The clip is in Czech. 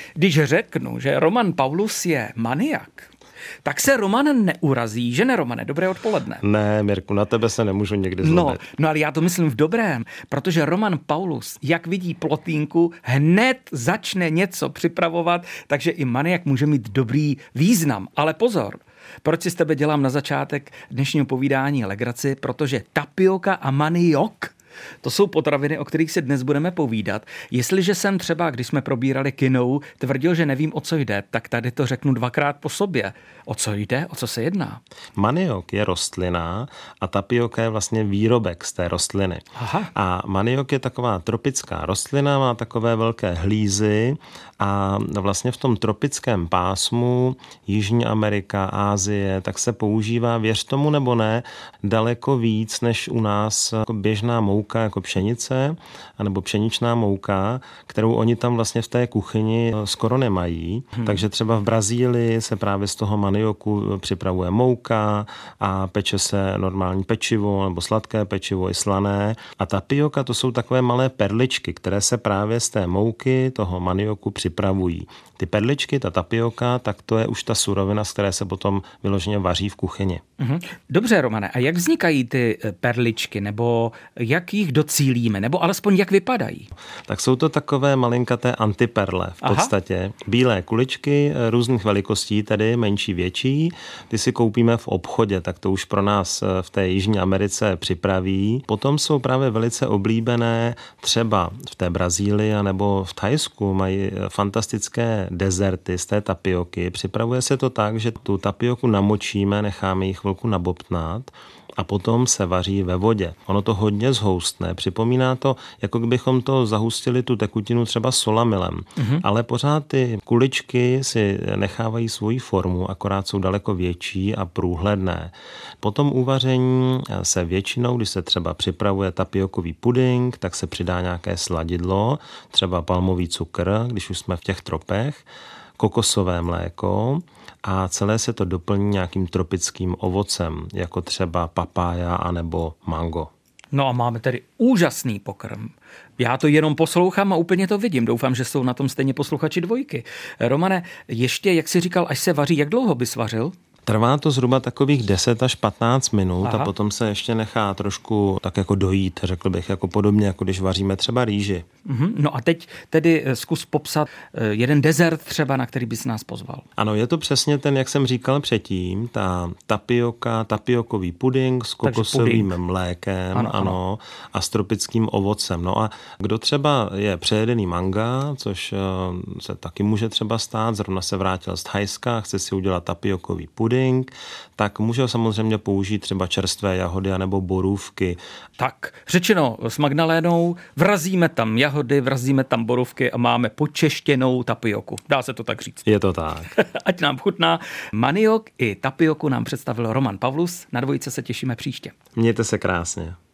Když řeknu, že Roman Paulus je maniak, tak se Roman neurazí, že ne, Romane? Dobré odpoledne. Ne, Mirku, na tebe se nemůžu někdy zlobit. No ale já to myslím v dobrém, protože Roman Paulus, jak vidí plotínku, hned začne něco připravovat, takže i maniak může mít dobrý význam. Ale pozor, proč si z tebe dělám na začátek dnešního povídání legraci? Protože tapioka a maniok, to jsou potraviny, o kterých si dnes budeme povídat. Jestliže jsem třeba, když jsme probírali kinou, tvrdil, že nevím, o co jde, tak tady to řeknu dvakrát po sobě. O co jde? O co se jedná? Maniok je rostlina a tapioka je vlastně výrobek z té rostliny. Aha. A maniok je taková tropická rostlina, má takové velké hlízy a vlastně v tom tropickém pásmu Jižní Amerika, Asie, tak se používá, věř tomu nebo ne, daleko víc než u nás jako běžná mouka jako pšenice, anebo pšeničná mouka, kterou oni tam vlastně v té kuchyni skoro nemají. Takže třeba v Brazílii se právě z toho manioku připravuje mouka a peče se normální pečivo nebo sladké pečivo i slané. A tapioka to jsou takové malé perličky, které se právě z té mouky, toho manioku připravují. Ty perličky, ta tapioka, tak to je už ta surovina, z které se potom vyloženě vaří v kuchyni. Dobře, Romane, a jak vznikají ty perličky, nebo jak jich docílíme, nebo alespoň jak vypadají? Tak jsou to takové malinkaté antiperle v podstatě. Aha. Bílé kuličky různých velikostí, tedy menší, větší. Ty si koupíme v obchodě, tak to už pro nás v té Jižní Americe připraví. Potom jsou právě velice oblíbené třeba v té Brazílii nebo v Thajsku, mají fantastické dezerty z té tapioky. Připravuje se to tak, že tu tapioku namočíme, necháme ji chvilku nabobtnat a potom se vaří ve vodě. Ono to hodně zhoustne. Připomíná to, jako kdybychom to zahustili tu tekutinu třeba solamilem. Ale pořád ty kuličky si nechávají svoji formu, akorát jsou daleko větší a průhledné. Po tom uvaření se většinou, když se třeba připravuje tapiokový puding, tak se přidá nějaké sladidlo, třeba palmový cukr, když už jsme v těch tropech, kokosové mléko a celé se to doplní nějakým tropickým ovocem, jako třeba papája anebo mango. No a máme tedy úžasný pokrm. Já to jenom poslouchám a úplně to vidím. Doufám, že jsou na tom stejně posluchači dvojky. Romane, ještě, jak jsi říkal, až se vaří, jak dlouho bys vařil? Trvá to zhruba takových 10 až 15 minut. Aha. A potom se ještě nechá trošku tak jako dojít, řekl bych, jako podobně, jako když vaříme třeba rýži. No a teď tedy zkus popsat jeden dezert třeba, na který bys nás pozval. Ano, je to přesně ten, jak jsem říkal předtím, ta tapioka, tapiokový puding s kokosovým mlékem, ano, a s tropickým ovocem. No a kdo třeba je přejedený manga, což se taky může třeba stát, zrovna se vrátil z Thajska, chce si udělat tapiokový puding, tak může samozřejmě použít třeba čerstvé jahody anebo borůvky. Tak, řečeno s Magdalénou, vrazíme tam jahody, vrazíme tam borůvky a máme počeštěnou tapioku. Dá se to tak říct. Je to tak. Ať nám chutná. Maniok i tapioku nám představil Roman Paulus. Na dvojice se těšíme příště. Mějte se krásně.